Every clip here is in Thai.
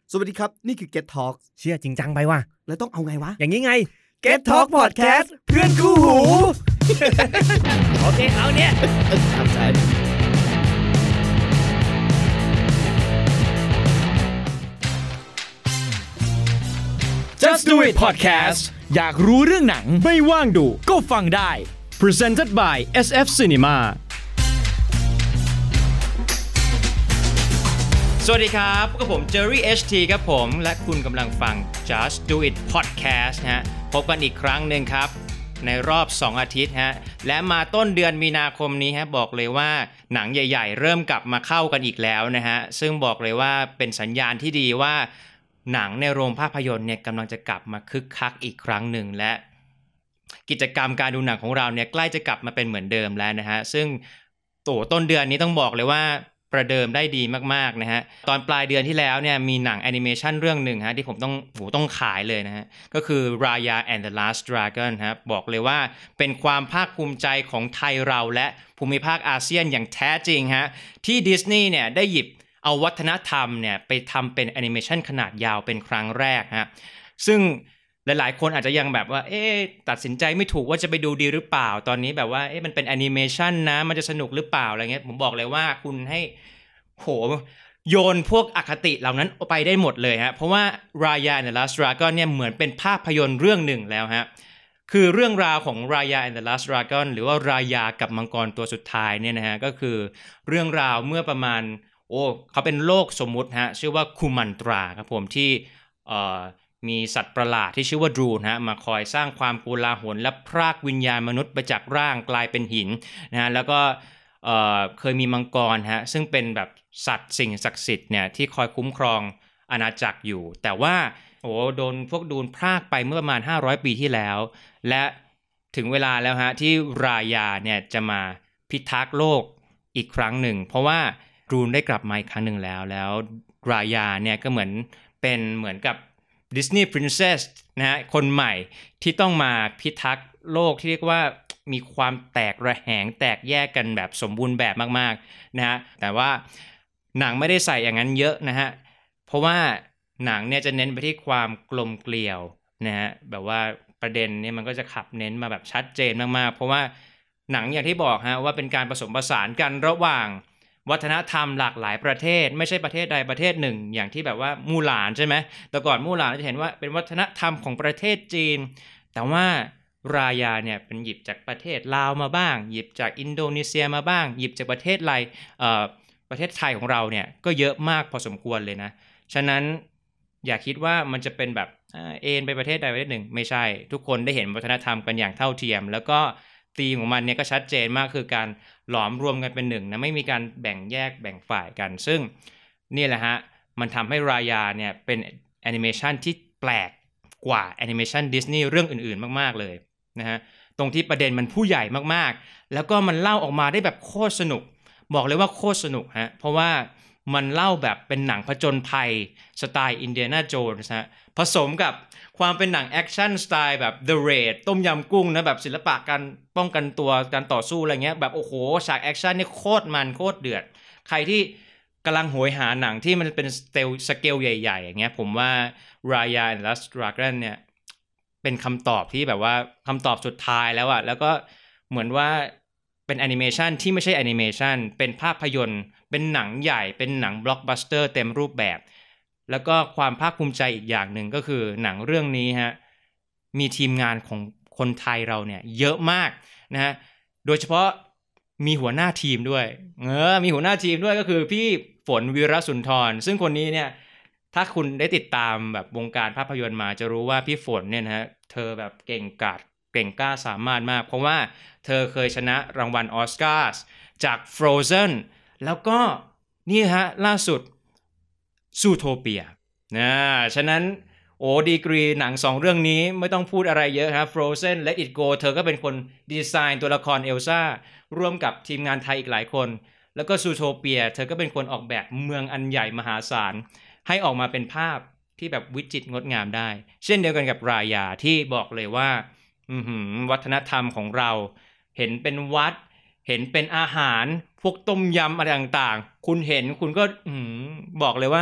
สวัสดีครับนี่คือ Get Talk เชื่อจริงจังไปว่ะแล้วต้องเอาไงวะอย่างนี้ไง Get Talk Podcast เพื่อนคู่หูโอเคเอาเนี่ยทำใจ Just Do It Podcast อยากรู้เรื่องหนังไม่ว่างดูก็ฟังได้ Presented by SF Cinema สวัสดีครับกับผม Jerry HT ครับผมและคุณกำลังฟัง Just Do It Podcast ฮะพบกันอีกครั้งหนึ่งครับในรอบ2อาทิตย์ฮะและมาต้นเดือนมีนาคมนี้ฮะบอกเลยว่าหนังใหญ่ๆเริ่มกลับมาเข้ากันอีกแล้วนะฮะซึ่งบอกเลยว่าเป็นสัญญาณที่ดีว่าหนังในโรงภาพยนตร์เนี่ยกำลังจะกลับมาคึกคักอีกครั้งหนึ่งและกิจกรรมการดูหนังของเราเนี่ยใกล้จะกลับมาเป็นเหมือนเดิมแล้วนะฮะซึ่งต้นเดือนนี้ต้องบอกเลยว่าประเดิมได้ดีมากๆนะฮะตอนปลายเดือนที่แล้วเนี่ยมีหนังแอนิเมชันเรื่องหนึ่งฮะที่ผมต้องขายเลยนะฮะก็คือ Raya and the Last Dragon ครับบอกเลยว่าเป็นความภาคภูมิใจของไทยเราและภูมิภาคอาเซียนอย่างแท้จริงฮะที่ดิสนีย์เนี่ยได้หยิบเอาวัฒนธรรมเนี่ยไปทำเป็นแอนิเมชันขนาดยาวเป็นครั้งแรกฮะซึ่งหลายๆคนอาจจะยังแบบว่าตัดสินใจไม่ถูกว่าจะไปดูดีหรือเปล่าตอนนี้แบบว่ามันเป็นแอนิเมชันนะมันจะสนุกหรือเปล่าอะไรเงี้ยผมบอกเลยว่าคุณให้โยนพวกอคติเหล่านั้นไปได้หมดเลยฮะเพราะว่า Raya and the Last Dragon เนี่ยเหมือนเป็นภาพยนตร์เรื่องหนึ่งแล้วฮะคือเรื่องราวของ Raya and the Last Dragon หรือว่ารายากับมังกรตัวสุดท้ายเนี่ยนะฮะก็คือเรื่องราวเมื่อประมาณเขาเป็นโลกสมมุติฮะชื่อว่าคูมันตราครับผมที่มีสัตว์ประหลาดที่ชื่อว่าดรูนฮะมาคอยสร้างความโกลาหลและพรากวิญญาณมนุษย์ไปจากร่างกลายเป็นหินนะฮะแล้วก็เคยมีมังกรฮะซึ่งเป็นแบบสัตว์สิ่งศักดิ์สิทธิ์เนี่ยที่คอยคุ้มครองอาณาจักรอยู่แต่ว่าโดนพวกดูนพรากไปเมื่อประมาณ500ปีที่แล้วและถึงเวลาแล้วฮะที่รายาเนี่ยจะมาพิทักษ์โลกอีกครั้งหนึ่งเพราะว่าดรูนได้กลับมาอีกครั้งหนึ่งแล้วรายาเนี่ยก็เหมือนกับดิสนีย์พรินเซสนะฮะคนใหม่ที่ต้องมาพิทักษ์โลกที่เรียกว่ามีความแตกระแหงแตกแยกกันแบบสมบูรณ์แบบมากๆนะฮะแต่ว่าหนังไม่ได้ใส่อย่างนั้นเยอะนะฮะเพราะว่าหนังเนี่ยจะเน้นไปที่ความกลมเกลียวนะฮะแบบว่าประเด็นเนี่ยมันก็จะขับเน้นมาแบบชัดเจนมากๆเพราะว่าหนังอย่างที่บอกฮะว่าเป็นการผสมผสานกันระหว่างวัฒนธรรมหลากหลายประเทศไม่ใช่ประเทศใดประเทศหนึ่งอย่างที่แบบว่ามู่หลานใช่ไหมแต่ก่อนมู่หลานจะเห็นว่าเป็นวัฒนธรรมของประเทศจีนแต่ว่ารายาเนี่ยเป็นหยิบจากประเทศลาวมาบ้างหยิบจากอินโดนีเซียมาบ้างหยิบจากประเทศประเทศไทยของเราเนี่ยก็เยอะมากพอสมควรเลยนะฉะนั้นอย่าคิดว่ามันจะเป็นแบบเอ็นไปประเทศใดประเทศหนึ่งไม่ใช่ทุกคนได้เห็นวัฒนธรรมกันอย่างเท่าเทียมแล้วก็ธีมของมันเนี่ยก็ชัดเจนมากคือการหลอมรวมกันเป็นหนึ่งนะไม่มีการแบ่งแยกแบ่งฝ่ายกันซึ่งนี่แหละฮะมันทำให้รายาเนี่ยเป็นแอนิเมชันที่แปลกกว่าแอนิเมชันดิสนีย์เรื่องอื่นๆมากๆเลยนะฮะตรงที่ประเด็นมันผู้ใหญ่มากๆแล้วก็มันเล่าออกมาได้แบบโคตรสนุกบอกเลยว่าโคตรสนุกฮะเพราะว่ามันเล่าแบบเป็นหนังผจญภัยสไตล์อินเดียนาโจนส์ฮะผสมกับความเป็นหนังแอคชั่นสไตล์แบบ The Raid ต้มยำกุ้งนะแบบศิลปะการป้องกันตัวการต่อสู้อะไรเงี้ยแบบโอ้โหฉากแอคชั่นนี่โคตรมันโคตรเดือดใครที่กำลังโหยหาหนังที่มันเป็นสเกลใหญ่ๆอย่างเงี้ยผมว่า Raya and the Last Dragon เนี่ยเป็นคำตอบที่แบบว่าคำตอบสุดท้ายแล้วอะแล้วก็เหมือนว่าเป็นแอนิเมชันที่ไม่ใช่แอนิเมชันเป็นภาพยนตร์เป็นหนังใหญ่เป็นหนังบล็อกบัสเตอร์เต็มรูปแบบแล้วก็ความภาคภูมิใจอีกอย่างหนึ่งก็คือหนังเรื่องนี้ฮะมีทีมงานของคนไทยเราเนี่ยเยอะมากนะฮะโดยเฉพาะมีหัวหน้าทีมด้วยมีหัวหน้าทีมด้วยก็คือพี่ฝนวีรสุนทรซึ่งคนนี้เนี่ยถ้าคุณได้ติดตามแบบวงการภาพยนตร์มาจะรู้ว่าพี่ฝนเนี่ยนะฮะเธอแบบเก่งกล้าสามารถมากเพราะว่าเธอเคยชนะรางวัลออสการ์จาก Frozen แล้วก็นี่ฮะล่าสุดซูโทเปียฉะนั้นดีกรีหนัง2เรื่องนี้ไม่ต้องพูดอะไรเยอะครับ Frozen Let It Go เธอก็เป็นคนดีไซน์ตัวละครเอลซ่าร่วมกับทีมงานไทยอีกหลายคนแล้วก็ซูโทเปียเธอก็เป็นคนออกแบบเมืองอันใหญ่มหาศาลให้ออกมาเป็นภาพที่แบบวิจิตรงดงามได้เช่นเดียวกันกับรายาที่บอกเลยว่าวัฒนธรรมของเราเห็นเป็นวัดเห็นเป็นอาหารพวกต้มยำอะไรต่างๆคุณเห็นคุณก็บอกเลยว่า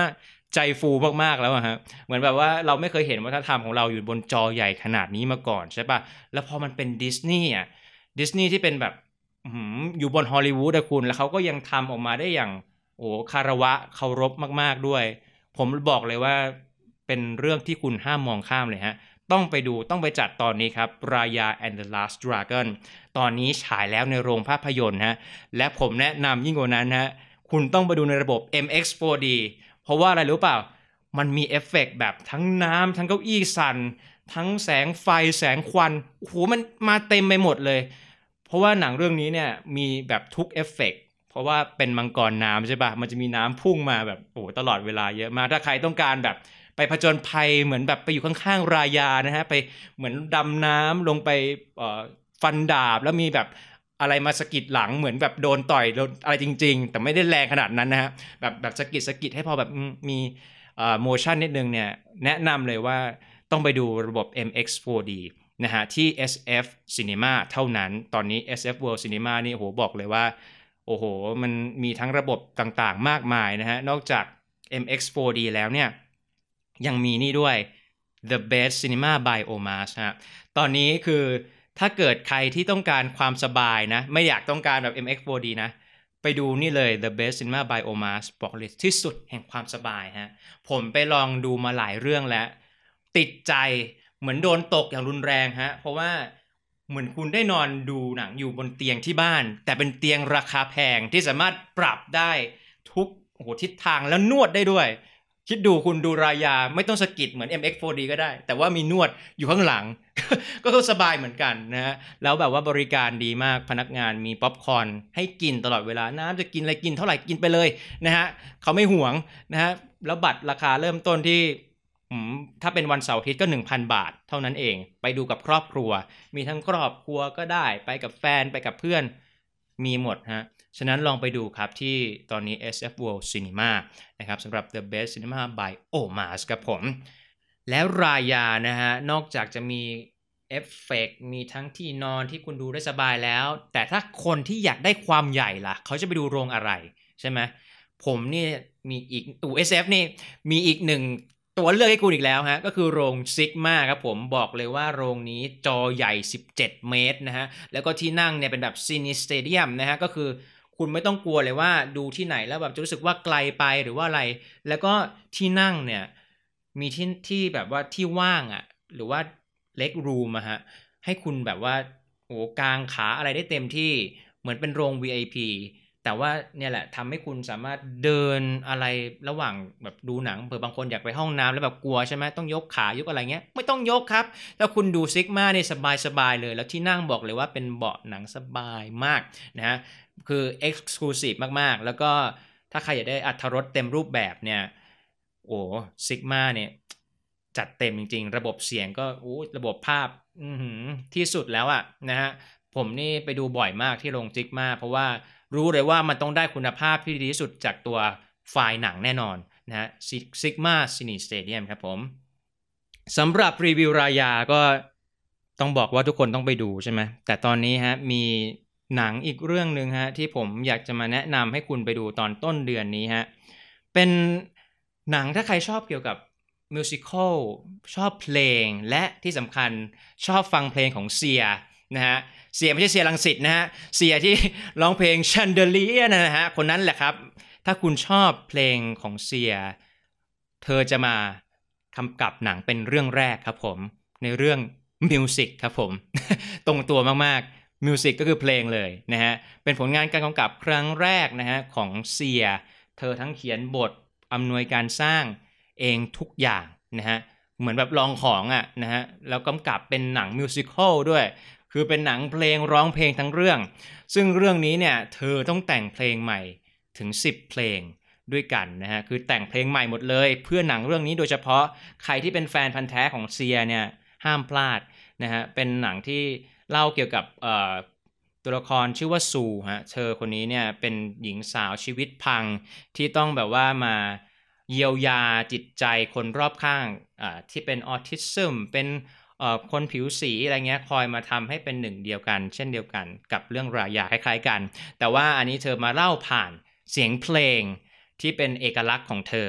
ใจฟูมากๆแล้วอะฮะเหมือนแบบว่าเราไม่เคยเห็นวัฒนธรรมของเราอยู่บนจอใหญ่ขนาดนี้มาก่อนใช่ป่ะแล้วพอมันเป็นดิสนีย์อ่ะดิสนีย์ที่เป็นแบบอยู่บนฮอลลีวูดอะคุณแล้วเขาก็ยังทำออกมาได้อย่างโอ้คารวะเคารพมากๆด้วยผมบอกเลยว่าเป็นเรื่องที่คุณห้ามมองข้ามเลยฮะต้องไปดูต้องไปจัดตอนนี้ครับ Raya and the Last Dragon ตอนนี้ฉายแล้วในโรงภาพยนตร์ฮะและผมแนะนำยิ่งกว่านั้นฮะคุณต้องไปดูในระบบ MX 4D เพราะว่าอะไรรู้เปล่ามันมีเอฟเฟกต์แบบทั้งน้ำทั้งเก้าอี้สั่นทั้งแสงไฟแสงควันโอ้โหมันมาเต็มไปหมดเลยเพราะว่าหนังเรื่องนี้เนี่ยมีแบบทุกเอฟเฟกต์เพราะว่าเป็นมังกรน้ำใช่ป่ะมันจะมีน้ำพุ่งมาแบบโอ้ตลอดเวลาเยอะมากถ้าใครต้องการแบบไปผจญภัยเหมือนแบบไปอยู่ข้างๆรายานะฮะไปเหมือนดำน้ำลงไปฟันดาบแล้วมีแบบอะไรมาสะกิดหลังเหมือนแบบโดนต่อยโดนอะไรจริงๆแต่ไม่ได้แรงขนาดนั้นนะฮะแบบสะกิดให้พอแบบมีmotion นิดนึงเนี่ยแนะนำเลยว่าต้องไปดูระบบ MX 4D นะฮะที่ SF Cinema เท่านั้นตอนนี้ SF World Cinema นี่โอ้โหบอกเลยว่าโอ้โหมันมีทั้งระบบต่างๆมากมายนะฮะนอกจาก MX 4D แล้วเนี่ยยังมีนี่ด้วย The Best Cinema by Omas ฮะตอนนี้คือถ้าเกิดใครที่ต้องการความสบายนะไม่อยากต้องการแบบ MX 4D นะไปดูนี่เลย The Best Cinema by Omas บอกเลยที่สุดแห่งความสบายฮะผมไปลองดูมาหลายเรื่องแล้วติดใจเหมือนโดนตกอย่างรุนแรงฮะเพราะว่าเหมือนคุณได้นอนดูหนังอยู่บนเตียงที่บ้านแต่เป็นเตียงราคาแพงที่สามารถปรับได้ทุกทิศทางแล้วนวดได้ด้วยคิดดูคุณดูรายาไม่ต้องสะกิดเหมือน MX4D ก็ได้แต่ว่ามีนวดอยู่ข้างหลัง ก็สบายเหมือนกันนะฮะแล้วแบบว่าบริการดีมากพนักงานมีป๊อปคอร์นให้กินตลอดเวลาน้ำจะกินอะไรกินเท่าไหร่กินไปเลยนะฮะเขาไม่หวงนะฮะแล้วบัตรราคาเริ่มต้นที่ถ้าเป็นวันเสาร์อาทิตย์ก็ 1,000 บาทเท่านั้นเองไปดูกับครอบครัวมีทั้งครอบครัวก็ได้ไปกับแฟนไปกับเพื่อนมีหมดฮะฉะนั้นลองไปดูครับที่ตอนนี้ SF World Cinema นะครับสำหรับ The Best Cinema by Omas ครับผมแล้วรายานะฮะนอกจากจะมีเอฟเฟกต์มีทั้งที่นอนที่คุณดูได้สบายแล้วแต่ถ้าคนที่อยากได้ความใหญ่ล่ะเขาจะไปดูโรงอะไรใช่ไหมผมนี่มีอีกSF นี่มีอีกหนึ่งตัวเลือกให้คุณอีกแล้วฮะก็คือโรงซิกมาครับผมบอกเลยว่าโรงนี้จอใหญ่17เมตรนะฮะแล้วก็ที่นั่งเนี่ยเป็นแบบซินิสเตเดียมนะฮะก็คือคุณไม่ต้องกลัวเลยว่าดูที่ไหนแล้วแบบจะรู้สึกว่าไกลไปหรือว่าอะไรแล้วก็ที่นั่งเนี่ยมีที่แบบว่าที่ว่างอ่ะหรือว่าเล็กรูมอะฮะให้คุณแบบว่าโอ้กางขาอะไรได้เต็มที่เหมือนเป็นโรง VIP แต่ว่าเนี่ยแหละทำให้คุณสามารถเดินอะไรระหว่างแบบดูหนังเผื่อบางคนอยากไปห้องน้ำแล้วแบบกลัวใช่ไหมต้องยกขายกอะไรเงี้ยไม่ต้องยกครับถ้าคุณดูซิกมาเนี่ยสบายเลยแล้วที่นั่งบอกเลยว่าเป็นเบาะหนังสบายมากนะฮะคือ exclusive มากๆแล้วก็ถ้าใครอยากได้อรรถรสเต็มรูปแบบเนี่ยโอ้ซิกมาเนี่ยจัดเต็มจริงๆระบบเสียงก็ระบบภาพที่สุดแล้วอะนะฮะผมนี่ไปดูบ่อยมากที่โรงซิกมาเพราะว่ารู้เลยว่ามันต้องได้คุณภาพที่ดีที่สุดจากตัวไฟล์หนังแน่นอนนะฮะ Sigma Cine Stadium ครับผมสำหรับรีวิวรายาก็ต้องบอกว่าทุกคนต้องไปดูใช่ไหมแต่ตอนนี้ฮะมีหนังอีกเรื่องนึงฮะที่ผมอยากจะมาแนะนำให้คุณไปดูตอนต้นเดือนนี้ฮะเป็นหนังถ้าใครชอบเกี่ยวกับมิวสิคอลชอบเพลงและที่สำคัญชอบฟังเพลงของเซียนะฮะเสียไม่ใช่เสียรังสิตนะฮะเสียที่ร้องเพลง Chandelier นะฮะคนนั้นแหละครับถ้าคุณชอบเพลงของเสียเธอจะมากำกับหนังเป็นเรื่องแรกครับผมในเรื่องมิวสิกครับผม ตรงตัวมากๆมิวสิกก็คือเพลงเลยนะฮะเป็นผลงานการกำกับครั้งแรกนะฮะของเสียเธอทั้งเขียนบทอำนวยการสร้างเองทุกอย่างนะฮะเหมือนแบบลองของอ่ะนะฮะแล้วกำกับเป็นหนังมิวสิคอลด้วยคือเป็นหนังเพลงร้องเพลงทั้งเรื่องซึ่งเรื่องนี้เนี่ยเธอต้องแต่งเพลงใหม่ถึง10เพลงด้วยกันนะฮะคือแต่งเพลงใหม่หมดเลยเพื่อหนังเรื่องนี้โดยเฉพาะใครที่เป็นแฟนพันธุ์แท้ของเซียเนี่ยห้ามพลาดนะฮะเป็นหนังที่เล่าเกี่ยวกับตัวละครชื่อว่าซูฮะเธอคนนี้เนี่ยเป็นหญิงสาวชีวิตพังที่ต้องแบบว่ามาเยียวยาจิตใจคนรอบข้างที่เป็นออทิซึมเป็นคนผิวสีอะไรเงี้ยคอยมาทำให้เป็นหนึ่งเดียวกันเช่นเดียวกันกับเรื่องรายาคล้ายๆกันแต่ว่าอันนี้เธอมาเล่าผ่านเสียงเพลงที่เป็นเอกลักษณ์ของเธอ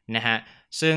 นะฮะซึ่ง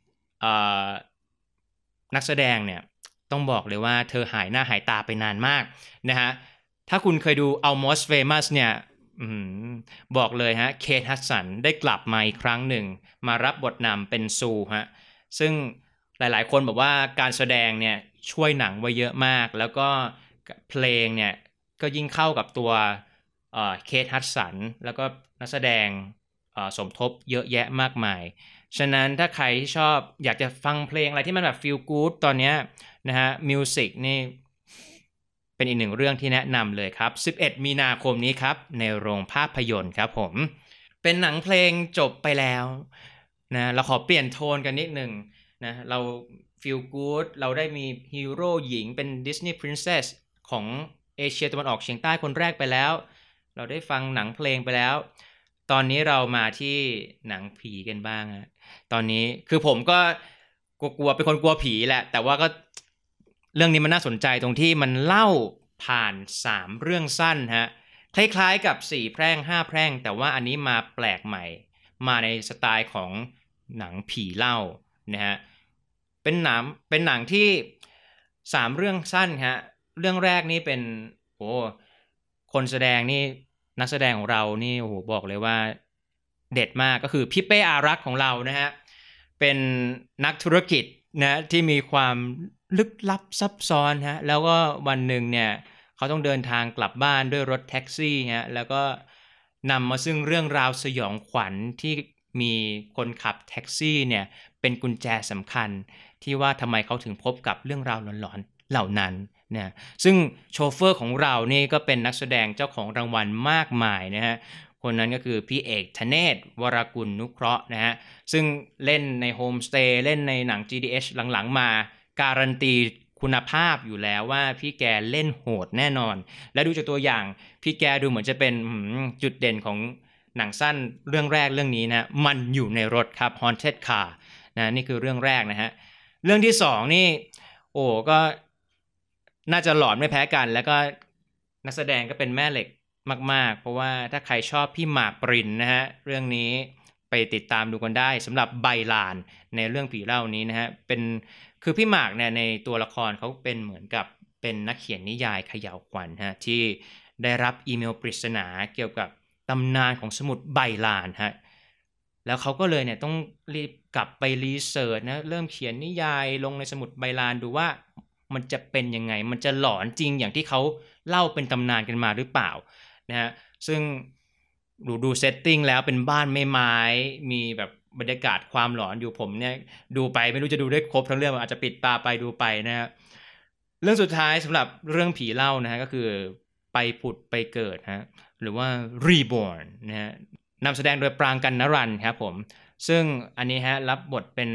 นักแสดงเนี่ยต้องบอกเลยว่าเธอหายหน้าหายตาไปนานมากนะฮะถ้าคุณเคยดู Almost Famous เนี่ยบอกเลยฮะเคท ฮัดสันได้กลับมาอีกครั้งหนึ่งมารับบทนำเป็นซูฮะซึ่งหลายๆคนบอกว่าการแสดงเนี่ยช่วยหนังไว้เยอะมากแล้วก็เพลงเนี่ยก็ยิ่งเข้ากับตัวเคท ฮัดสันแล้วก็นักแสดงสมทบเยอะแยะมากมายฉะนั้นถ้าใครที่ชอบอยากจะฟังเพลงอะไรที่มันแบบ feel good ตอนนี้นะฮะมิวสิกนี่เป็นอีกหนึ่งเรื่องที่แนะนำเลยครับ11มีนาคมนี้ครับในโรงภาพยนตร์ครับผมเป็นหนังเพลงจบไปแล้วนะเราขอเปลี่ยนโทนกันนิดหนึ่งนะเรา feel good เราได้มีฮีโร่หญิงเป็น Disney Princess ของเอเชียตะวันออกเฉียงใต้คนแรกไปแล้วเราได้ฟังหนังเพลงไปแล้วตอนนี้เรามาที่หนังผีกันบ้างฮะตอนนี้คือผมก็กลัวเป็นคนกลัวผีแหละแต่ว่าก็เรื่องนี้มันน่าสนใจตรงที่มันเล่าผ่าน3เรื่องสั้นฮะคล้ายๆกับ4แพร่ง5แพร่งแต่ว่าอันนี้มาแปลกใหม่มาในสไตล์ของหนังผีเล่านะฮะเป็นหนังที่3เรื่องสั้นฮะเรื่องแรกนี่เป็นคนแสดงนี่นักแสดงของเรานี่โอ้โหบอกเลยว่าเด็ดมากก็คือพี่เป้อารักษ์ของเรานะฮะเป็นนักธุรกิจนะที่มีความลึกลับซับซ้อนฮะแล้วก็วันหนึ่งเนี่ยเขาต้องเดินทางกลับบ้านด้วยรถแท็กซี่ฮะแล้วก็นำมาซึ่งเรื่องราวสยองขวัญที่มีคนขับแท็กซี่เนี่ยเป็นกุญแจสำคัญที่ว่าทำไมเขาถึงพบกับเรื่องราวหลอนๆเหล่านั้นเนี่ยซึ่งโชเฟอร์ของเรานี่ก็เป็นนักแสดงเจ้าของรางวัลมากมายนะฮะคนนั้นก็คือพี่เอกธเนศวรกุลนุเคราะห์นะฮะซึ่งเล่นในโฮมสเตย์เล่นในหนัง GDH หลังๆมาการันตีคุณภาพอยู่แล้วว่าพี่แกเล่นโหดแน่นอนและดูจากตัวอย่างพี่แกดูเหมือนจะเป็นจุดเด่นของหนังสั้นเรื่องแรกเรื่องนี้นะมันอยู่ในรถครับ Haunted Car นะนี่คือเรื่องแรกนะฮะเรื่องที่2นี่ก็น่าจะหลอนไม่แพ้กันแล้วก็นักแสดงก็เป็นแม่เหล็กมากๆเพราะว่าถ้าใครชอบพี่หมากปรินนะฮะเรื่องนี้ไปติดตามดูกันได้สำหรับใบลานในเรื่องผีเล่านี้นะฮะคือพี่หมากเนี่ยในตัวละครเขาเป็นเหมือนกับเป็นนักเขียนนิยายเขย่าวขวัญฮะที่ได้รับอีเมลปริศนาเกี่ยวกับตำนานของสมุดใบลานฮะแล้วเขาก็เลยเนี่ยต้องรีบกลับไปรีเสิร์ชนะเริ่มเขียนนิยายลงในสมุดใบลานดูว่ามันจะเป็นยังไงมันจะหลอนจริงอย่างที่เขาเล่าเป็นตำนานกันมาหรือเปล่านะฮะซึ่งดูเซตติ้งแล้วเป็นบ้านไม้มีแบบบรรยากาศความหลอนอยู่ผมเนี่ยดูไปไม่รู้จะดูได้ครบทั้งเรื่องอาจจะปิดตาไปดูไปนะฮะเรื่องสุดท้ายสำหรับเรื่องผีเล่านะฮะก็คือไปผุดไปเกิดฮะหรือว่า Reborn นะฮะนำแสดงโดยปรางกันนรันครับผมซึ่งอันนี้ฮะรับบทเป็น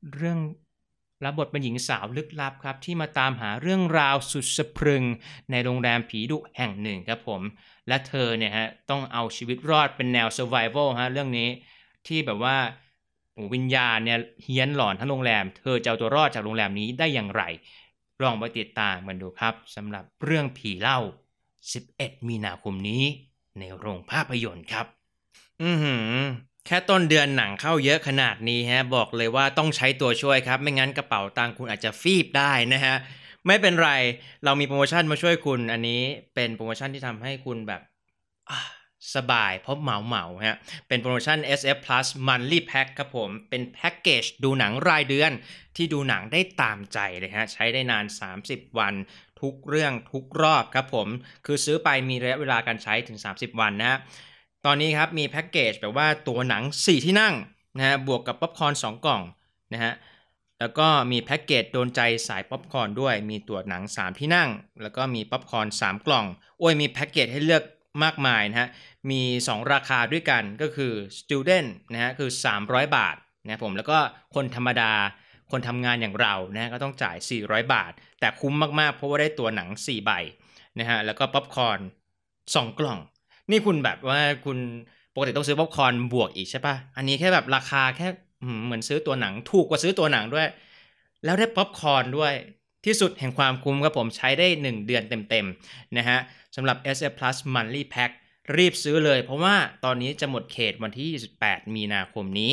หญิงสาวลึกลับครับที่มาตามหาเรื่องราวสุดสะพรึงในโรงแรมผีดุแห่งหนึ่งครับผมและเธอเนี่ยฮะต้องเอาชีวิตรอดเป็นแนว survival ฮะเรื่องนี้ที่แบบว่าวิญญาณเนี่ยเฮี้ยนหลอนทั้งโรงแรมเธอจะเอาตัวรอดจากโรงแรมนี้ได้อย่างไรลองไปติดตามกันดูครับสำหรับเรื่องผีเล่า11มีนาคมนี้ในโรงภาพยนตร์ครับแค่ต้นเดือนหนังเข้าเยอะขนาดนี้ฮะบอกเลยว่าต้องใช้ตัวช่วยครับไม่งั้นกระเป๋าตังค์คุณอาจจะฟีบได้นะฮะไม่เป็นไรเรามีโปรโมชั่นมาช่วยคุณอันนี้เป็นโปรโมชั่นที่ทำให้คุณแบบสบายเพราะเหมาฮะเป็นโปรโมชั่น SF Plus Monthly Pack ครับผมเป็นแพ็กเกจดูหนังรายเดือนที่ดูหนังได้ตามใจเลยฮะใช้ได้นาน30วันทุกเรื่องทุกรอบครับผมคือซื้อไปมีระยะเวลาการใช้ถึง30วันนะฮะตอนนี้ครับมีแพ็กเกจแบบว่าตัวหนัง4ที่นั่งนะฮะบวกกับป๊อปคอร์น2กล่องนะฮะแล้วก็มีแพ็กเกจโดนใจสายป๊อปคอร์นด้วยมีตัวหนัง3ที่นั่งแล้วก็มีป๊อปคอร์น3กล่องมีแพ็กเกจให้เลือกมากมายนะฮะมี2ราคาด้วยกันก็คือ Student นะฮะคือ300บาทนะผมแล้วก็คนธรรมดาคนทำงานอย่างเรานะก็ต้องจ่าย400บาทแต่คุ้มมากๆเพราะว่าได้ตัวหนัง4ใบนะฮะแล้วก็ป๊อปคอร์น2กล่องนี่คุณแบบว่าคุณปกติต้องซื้อป๊อปคอร์นบวกอีกใช่ป่ะอันนี้แค่แบบราคาแค่เหมือนซื้อตัวหนังถูกกว่าซื้อตัวหนังด้วยแล้วได้ป๊อปคอร์นด้วยที่สุดแห่งความคุ้มครับผมใช้ได้1เดือนเต็มๆนะฮะสำหรับ SF Plus Monthly Pack รีบซื้อเลยเพราะว่าตอนนี้จะหมดเขตวันที่28มีนาคมนี้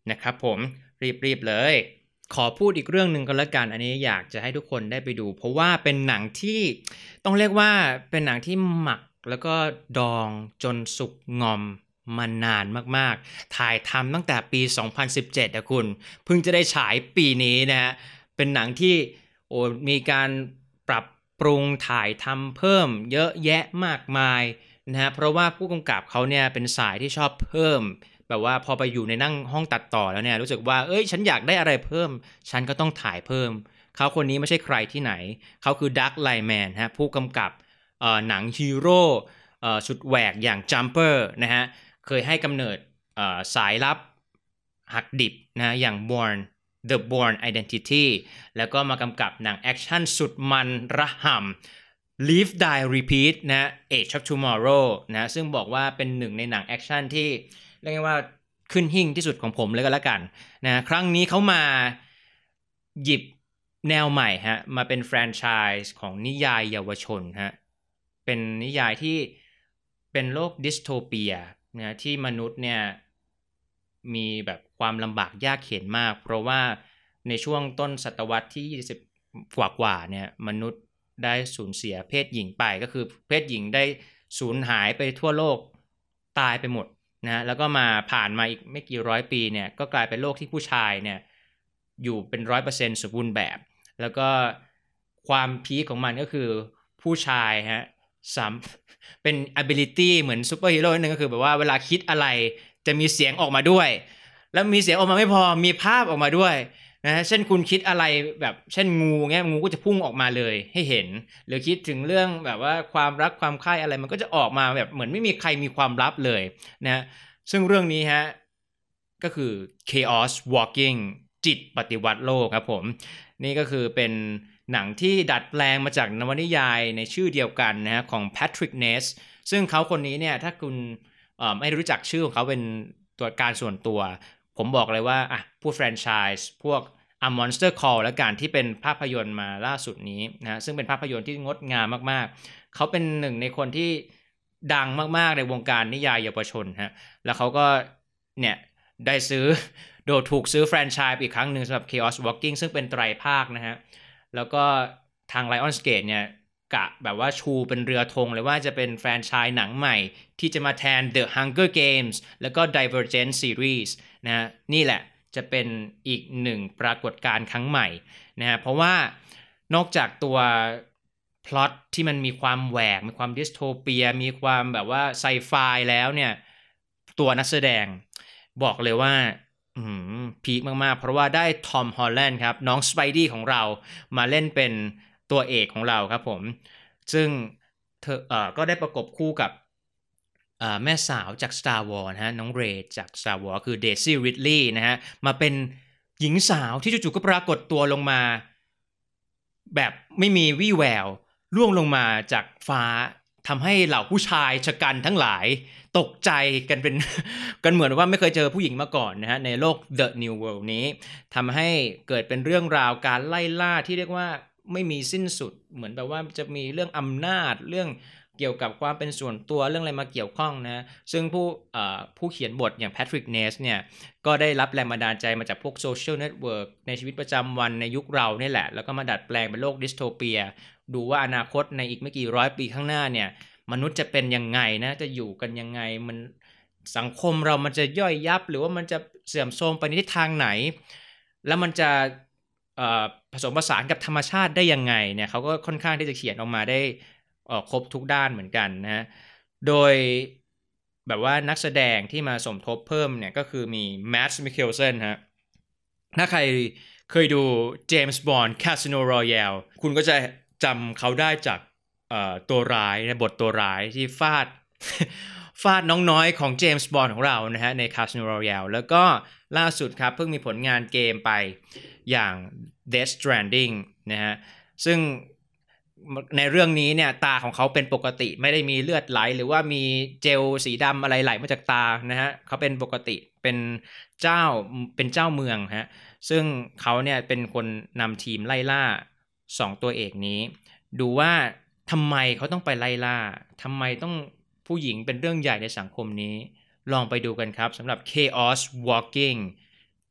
นะครับผมรีบเลยขอพูดอีกเรื่องหนึ่งก็แล้วกันอันนี้อยากจะให้ทุกคนได้ไปดูเพราะว่าเป็นหนังที่ต้องเรียกว่าเป็นหนังที่หมักแล้วก็ดองจนสุกงอมมานานมากๆถ่ายทำตั้งแต่ปี 2017นะคุณเพิ่งจะได้ฉายปีนี้นะฮะเป็นหนังที่มีการปรับปรุงถ่ายทำเพิ่มเยอะแยะมากมายนะฮะเพราะว่าผู้กำกับเขาเนี่ยเป็นสายที่ชอบเพิ่มแบบว่าพอไปอยู่ในนั่งห้องตัดต่อแล้วเนี่ยรู้สึกว่าฉันอยากได้อะไรเพิ่มฉันก็ต้องถ่ายเพิ่มเขาคนนี้ไม่ใช่ใครที่ไหนเขาคือดักไลแมนฮะผู้กำกับหนังฮีโร่สุดแหวกอย่าง Jumper นะฮะเคยให้กำเนิดสายลับหักดิบนะอย่าง The Bourne Identity แล้วก็มากำกับหนังแอคชั่นสุดมันระห่ำ Live Die Repeat นะ Age of Tomorrow นะซึ่งบอกว่าเป็นหนึ่งในหนังแอคชั่นที่เรียกว่าขึ้นหิ่งที่สุดของผมเลยก็แล้วกันนะครั้งนี้เขามาหยิบแนวใหม่ฮะมาเป็นแฟรนไชส์ของนิยายเยาวชนฮะเป็นนิยายที่เป็นโลกดิสโทเปียนะที่มนุษย์เนี่ยมีแบบความลำบากยากเข็ญมากเพราะว่าในช่วงต้นศตวรรษที่20กว่าเนี่ยมนุษย์ได้สูญเสียเพศหญิงไปก็คือเพศหญิงได้สูญหายไปทั่วโลกตายไปหมดนะแล้วก็มาผ่านมาอีกไม่กี่ร้อยปีเนี่ยก็กลายเป็นโลกที่ผู้ชายเนี่ยอยู่เป็น 100% สมบูรณ์แบบแล้วก็ความพีคของมันก็คือผู้ชายฮะเป็น ability เหมือนซูเปอร์ฮีโร่นึงก็คือแบบว่าเวลาคิดอะไรจะมีเสียงออกมาด้วยแล้วมีเสียงออกมาไม่พอมีภาพออกมาด้วยนะเช่นคุณคิดอะไรแบบเช่นงูเงี้ยงูก็จะพุ่งออกมาเลยให้เห็นหรือคิดถึงเรื่องแบบว่าความรักความใคร่อะไรมันก็จะออกมาแบบเหมือนไม่มีใครมีความลับเลยนะซึ่งเรื่องนี้ฮะก็คือ Chaos Walking จิตปฏิวัติโลกครับผมนี่ก็คือเป็นหนังที่ดัดแปลงมาจากนวนิยายในชื่อเดียวกันนะฮะของ Patrick Ness ซึ่งเขาคนนี้เนี่ยถ้าคุณไม่รู้จักชื่อของเขาเป็นตัวการส่วนตัวผมบอกเลยว่าพวกแฟรนไชส์พวกMonster Call และการที่เป็นภาพยนตร์มาล่าสุดนี้นะซึ่งเป็นภาพยนตร์ที่งดงามมากๆเขาเป็นหนึ่งในคนที่ดังมากๆในวงการนิยายเยาวชนฮะแล้วเขาก็เนี่ยได้ถูกซื้อแฟรนไชส์อีกครั้งหนึ่งสำหรับ Chaos Walking ซึ่งเป็นไตรภาคนะฮะแล้วก็ทาง Lionsgate เนี่ยกะแบบว่าชูเป็นเรือธงเลยว่าจะเป็นแฟรนไชส์หนังใหม่ที่จะมาแทน The Hunger Games แล้วก็ Divergent Series นะนี่แหละจะเป็นอีกหนึ่งปรากฏการณ์ครั้งใหม่นะฮะเพราะว่านอกจากตัวพล็อตที่มันมีความแหวกมีความดิสโทเปียมีความแบบว่าไซไฟแล้วเนี่ยตัวนักแสดงบอกเลยว่าพีคมากๆเพราะว่าได้ทอมฮอลแลนด์ครับน้องสไปดี้ของเรามาเล่นเป็นตัวเอกของเราครับผมซึ่งเธอก็ได้ประกบคู่กับแม่สาวจาก Star Wars นะฮะน้องเรย์จาก Star Wars คือเดซี่ริดลีย์นะฮะมาเป็นหญิงสาวที่จู่ๆก็ปรากฏตัวลงมาแบบไม่มีวี่แววล่วงลงมาจากฟ้าทำให้เหล่าผู้ชายชะกันทั้งหลายตกใจกันเป็น กันเหมือนว่าไม่เคยเจอผู้หญิงมาก่อนนะฮะในโลก The New World นี้ทำให้เกิดเป็นเรื่องราวการไล่ล่าที่เรียกว่าไม่มีสิ้นสุดเหมือนแบบว่าจะมีเรื่องอำนาจเรื่องเกี่ยวกับความเป็นส่วนตัวเรื่องอะไรมาเกี่ยวข้องนะซึ่งผู้เขียนบทอย่าง Patrick Ness เนี่ยก็ได้รับแรงบันดาลใจมาจากพวกโซเชียลเน็ตเวิร์กในชีวิตประจำวันในยุคเราเนี่ยแหละแล้วก็มาดัดแปลงเป็นโลกดิสโทเปียดูว่าอนาคตในอีกไม่กี่ร้อยปีข้างหน้าเนี่ยมนุษย์จะเป็นยังไงนะจะอยู่กันยังไงมันสังคมเรามันจะย่อยยับหรือว่ามันจะเสื่อมโทรมไปในทิศทางไหนแล้วมันจะผสมผสานกับธรรมชาติได้ยังไงเนี่ยเขาก็ค่อนข้างที่จะเขียนออกมาได้ครบทุกด้านเหมือนกันนะฮะโดยแบบว่านักแสดงที่มาสมทบเพิ่มเนี่ยก็คือมีแมดส์มิเคลเซนฮะถ้าใครเคยดูเจมส์บอนด์คาสิโนรอยัลคุณก็จะจำเขาได้จากตัวร้ายในบทตัวร้ายที่ฟาดน้องน้อยของเจมส์บอนด์ของเรานะฮะใน Casino Royale แล้วก็ล่าสุดครับเพิ่งมีผลงานเกมไปอย่าง Death Stranding นะฮะซึ่งในเรื่องนี้เนี่ยตาของเขาเป็นปกติไม่ได้มีเลือดไหลหรือว่ามีเจลสีดำอะไรไหลมาจากตานะฮะเขาเป็นปกติเป็นเจ้าเมืองฮะซึ่งเขาเนี่ยเป็นคนนำทีมไล่ล่า2ตัวเอกนี้ดูว่าทำไมเขาต้องไปไล่ล่าทำไมต้องผู้หญิงเป็นเรื่องใหญ่ในสังคมนี้ลองไปดูกันครับสำหรับ Chaos Walking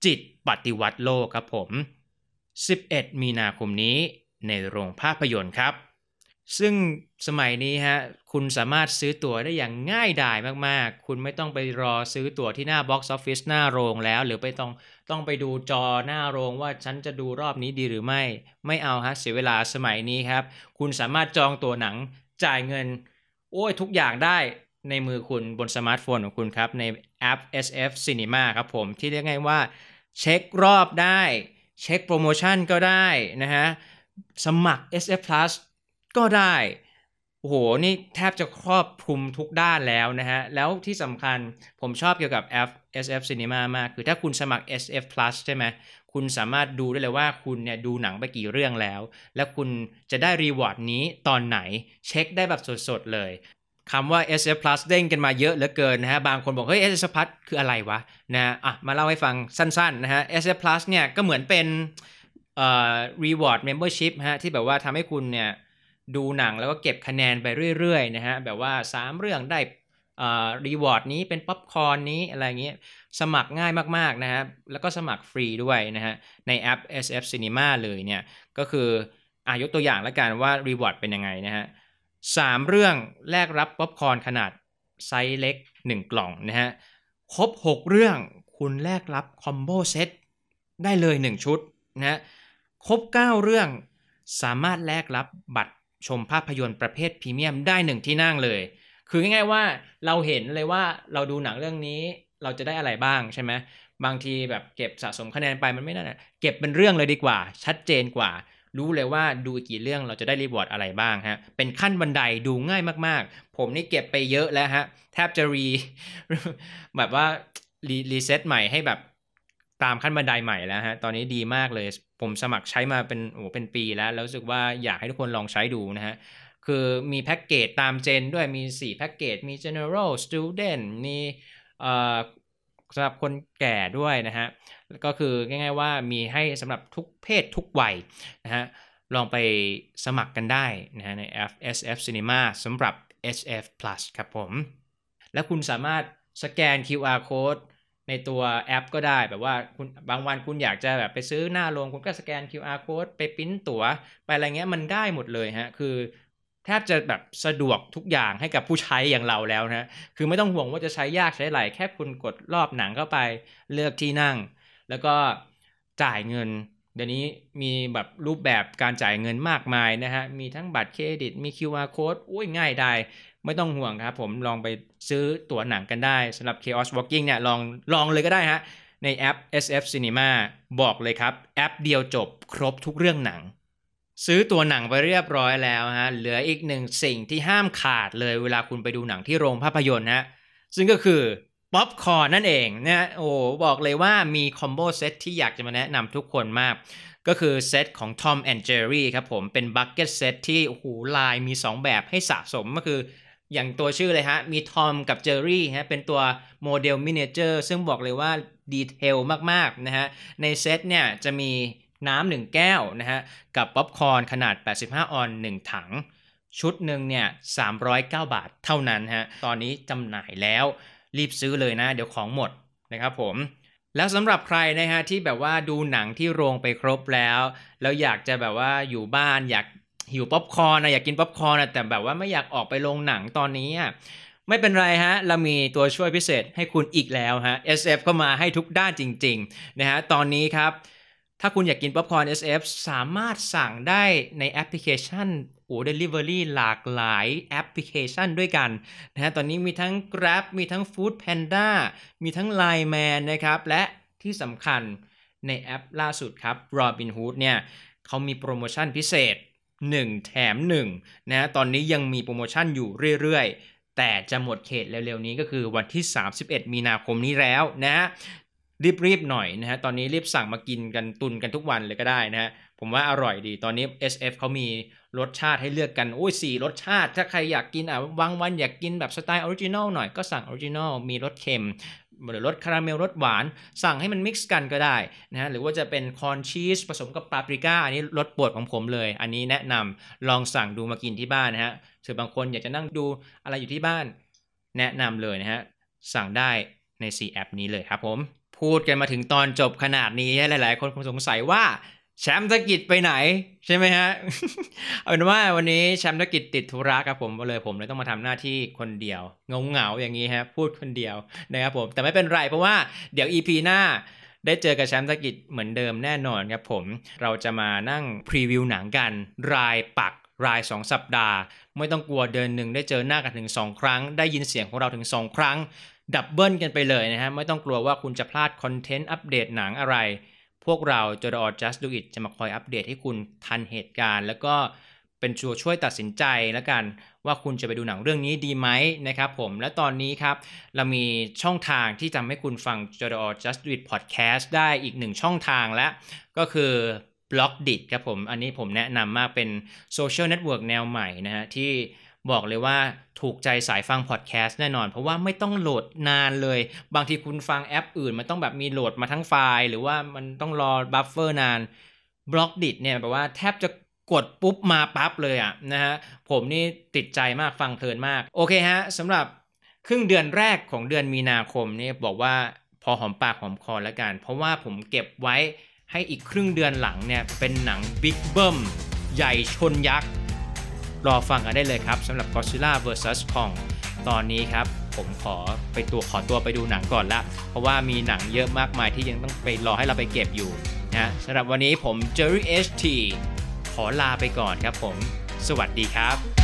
จิตปฏิวัติโลกครับผม11มีนาคมนี้ในโรงภาพยนตร์ครับซึ่งสมัยนี้ฮะคุณสามารถซื้อตั๋วได้อย่างง่ายดายมากๆคุณไม่ต้องไปรอซื้อตั๋วที่หน้า box office หน้าโรงแล้วหรือไปต้องไปดูจอหน้าโรงว่าฉันจะดูรอบนี้ดีหรือไม่เอาฮะเสียเวลาสมัยนี้ครับคุณสามารถจองตั๋วหนังจ่ายเงินทุกอย่างได้ในมือคุณบนสมาร์ทโฟนของคุณครับในแอป SF Cinema ครับผมที่เรียกง่ายว่าเช็ครอบได้เช็คโปรโมชั่นก็ได้นะฮะสมัคร SF Plus ก็ได้โอ้โหนี่แทบจะครอบคลุมทุกด้านแล้วนะฮะแล้วที่สำคัญผมชอบเกี่ยวกับแอป SF Cinema มากคือถ้าคุณสมัคร SF Plus ใช่ไหมคุณสามารถดูได้เลยว่าคุณเนี่ยดูหนังไปกี่เรื่องแล้วและคุณจะได้รีวอร์ดนี้ตอนไหนเช็คได้แบบสดๆเลยคำว่า SF Plus เด้งกันมาเยอะเหลือเกินนะฮะบางคนบอกเฮ้ย SF Plus คืออะไรวะนะมาเล่าให้ฟังสั้นๆนะฮะ SF Plus เนี่ยก็เหมือนเป็นreward membership ฮะที่แบบว่าทำให้คุณเนี่ยดูหนังแล้วก็เก็บคะแนนไปเรื่อยๆนะฮะแบบว่า3เรื่องได้รีวอร์ดนี้เป็นป๊อปคอร์นนี้อะไรเงี้ยสมัครง่ายมากๆนะฮะแล้วก็สมัครฟรีด้วยนะฮะในแอป SF Cinema เลยเนี่ยก็คือยกตัวอย่างแล้วกันว่ารีวอร์ดเป็นยังไงนะฮะ3เรื่องแลกรับป๊อปคอร์นขนาดไซส์เล็ก1กล่องนะฮะครบ6เรื่องคุณแลกรับคอมโบเซตได้เลย1ชุดนะฮะครบ9เรื่องสามารถแลกรับบัตรชมภาพยนตร์ประเภทพรีเมียมได้1ที่นั่งเลยคือง่ายๆว่าเราเห็นเลยว่าเราดูหนังเรื่องนี้เราจะได้อะไรบ้างใช่ไหมบางทีแบบเก็บสะสมคะแนนไปมันไม่ได้เก็บเป็นเรื่องเลยดีกว่าชัดเจนกว่ารู้เลยว่าดูกี่เรื่องเราจะได้รีวอร์ดอะไรบ้างฮะเป็นขั้นบันไดดูง่ายมากๆผมนี่เก็บไปเยอะแล้วฮะแทบจะแบบว่ารีเซ็ตใหม่ให้แบบตามขั้นบันไดใหม่แล้วฮะตอนนี้ดีมากเลยผมสมัครใช้มาเป็นปีแล้วรู้สึกว่าอยากให้ทุกคนลองใช้ดูนะฮะคือมีแพ็กเกจตามเจนด้วยมี4แพ็กเกจมี General Student มีสำหรับคนแก่ด้วยนะฮะก็คือง่ายๆว่ามีให้สำหรับทุกเพศทุกวัยนะฮะลองไปสมัครกันได้นะฮะในแอป SF Cinema สำหรับ SF Plus ครับผมและคุณสามารถสแกน QR Code ในตัวแอปก็ได้แบบว่าคุณบางวันคุณอยากจะแบบไปซื้อหน้าโรงคุณก็สแกน QR Code ไปปริ้นตั๋วไปอะไรเงี้ยมันได้หมดเลยฮะคือแทบจะแบบสะดวกทุกอย่างให้กับผู้ใช้อย่างเราแล้วนะคือไม่ต้องห่วงว่าจะใช้ยากใช้ไหลแค่คุณกดรอบหนังเข้าไปเลือกที่นั่งแล้วก็จ่ายเงินเดี๋ยวนี้มีแบบรูปแบบการจ่ายเงินมากมายนะฮะมีทั้งบัตรเครดิตมี QR Code ง่ายได้ไม่ต้องห่วงครับผมลองไปซื้อตั๋วหนังกันได้สำหรับ Chaos Walking เนี่ยลองเลยก็ได้ฮะในแอป SF Cinema บอกเลยครับแอปเดียวจบครบทุกเรื่องหนังซื้อตั๋วหนังไปเรียบร้อยแล้วฮะเหลืออีกหนึ่งสิ่งที่ห้ามขาดเลยเวลาคุณไปดูหนังที่โรงภาพยนตร์ฮะซึ่งก็คือป๊อปคอร์นนั่นเองนะบอกเลยว่ามีคอมโบเซตที่อยากจะมาแนะนำทุกคนมากก็คือเซตของ Tom and Jerry ครับผมเป็นบัคเก็ตเซตที่ลายมี2แบบให้สะสมก็คืออย่างตัวชื่อเลยฮะมีทอมกับเจอรี่ฮะเป็นตัวโมเดลมินิเจอร์ซึ่งบอกเลยว่าดีเทลมากๆนะฮะในเซตเนี่ยจะมีน้ำ1แก้วนะฮะกับป๊อปคอร์นขนาด85ออนซ์1ถังชุดหนึ่งเนี่ย309 บาทเท่านั้นฮะตอนนี้จำหน่ายแล้วรีบซื้อเลยนะเดี๋ยวของหมดนะครับผมแล้วสำหรับใครนะฮะที่แบบว่าดูหนังที่โรงไปครบแล้วอยากจะแบบว่าอยู่บ้านอยากหิวป๊อปคอร์นอยากกินป๊อปคอร์นแต่แบบว่าไม่อยากออกไปโรงหนังตอนนี้ไม่เป็นไรฮะเรามีตัวช่วยพิเศษให้คุณอีกแล้วฮะ SF เข้ามาให้ทุกด้านจริงๆนะฮะตอนนี้ครับถ้าคุณอยากกินป๊อปคอร์น SF สามารถสั่งได้ในแอปพลิเคชันDelivery หลากหลายแอปพลิเคชันด้วยกันนะฮะตอนนี้มีทั้ง Grab มีทั้ง Food Panda มีทั้ง Line Man นะครับและที่สำคัญในแอปล่าสุดครับ Robinhood เนี่ยเขามีโปรโมชั่นพิเศษ1แถม1นะฮะตอนนี้ยังมีโปรโมชั่นอยู่เรื่อยๆแต่จะหมดเขตเร็วๆนี้ก็คือวันที่31มีนาคมนี้แล้วนะฮะรีบหน่อยนะฮะตอนนี้รีบสั่งมากินกันตุนกันทุกวันเลยก็ได้นะฮะผมว่าอร่อยดีตอนนี้ SF เขามีรสชาติให้เลือกกัน4รสชาติถ้าใครอยากกินบางวันอยากกินแบบสไตล์ออริจินอลหน่อยก็สั่งออริจินอลมีรสเค็มหรือรสคาราเมลรสหวานสั่งให้มันมิกซ์กันก็ได้นะฮะหรือว่าจะเป็นคอร์นชีสผสมกับปาปริก้าอันนี้รสโปรดของผมเลยอันนี้แนะนำลองสั่งดูมากินที่บ้านนะฮะส่วนบางคนอยากจะนั่งดูอะไรอยู่ที่บ้านแนะนำเลยนะฮะสั่งได้ใน4แอปนี้เลยครับผมพูพูดกันมาถึงตอนจบขนาดนี้หลายๆคนคงสงสัยว่าแชมป์ธกิจไปไหนใช่ไหมฮะ เอาเป็นว่าวันนี้แชมป์ธกิจติดธุระครับผมเลยต้องมาทำหน้าที่คนเดียวเหงาๆอย่างนี้ฮะพูดคนเดียวนะครับผมแต่ไม่เป็นไรเพราะว่าเดี๋ยว EP หน้าได้เจอกับแชมป์ธกิจเหมือนเดิมแน่นอนครับผมเราจะมานั่งพรีวิวหนังกันราย2 สัปดาห์ไม่ต้องกลัวเดือนหนึ่งได้เจอหน้ากันถึง2 ครั้งได้ยินเสียงของเราถึง2 ครั้งดับเบิลกันไปเลยนะฮะไม่ต้องกลัวว่าคุณจะพลาดคอนเทนต์อัปเดตหนังอะไรพวกเรา Just Do It จะมาคอยอัปเดตให้คุณทันเหตุการณ์แล้วก็เป็นช่วยตัดสินใจแล้วกันว่าคุณจะไปดูหนังเรื่องนี้ดีไหมนะครับผมและตอนนี้ครับเรามีช่องทางที่ทำให้คุณฟัง Just Do It Podcast ได้อีก1ช่องทางแล้วก็คือบล็อกดิครับผมอันนี้ผมแนะนำมากเป็นโซเชียลเน็ตเวิร์กแนวใหม่นะฮะที่บอกเลยว่าถูกใจสายฟังพอดแคสต์แน่นอนเพราะว่าไม่ต้องโหลดนานเลยบางทีคุณฟังแอปอื่นมันต้องแบบมีโหลดมาทั้งไฟล์หรือว่ามันต้องรอบัฟเฟอร์นานบล็อกดิเนี่ยแปลว่าแทบจะกดปุ๊บมาปั๊บเลยอ่ะนะฮะผมนี่ติดใจมากฟังเพลินมากโอเคฮะสำหรับครึ่งเดือนแรกของเดือนมีนาคมนี่บอกว่าพอหอมปากหอมคอแล้วกันเพราะว่าผมเก็บไว้ให้อีกครึ่งเดือนหลังเนี่ยเป็นหนังบิ๊กเบิ้มใหญ่ชนยักษ์รอฟังกันได้เลยครับสำหรับ Godzilla vs Kong ตอนนี้ครับผมขอตัวไปดูหนังก่อนละเพราะว่ามีหนังเยอะมากมายที่ยังต้องไปรอให้เราไปเก็บอยู่นะสำหรับวันนี้ผม Jerry HT ขอลาไปก่อนครับผมสวัสดีครับ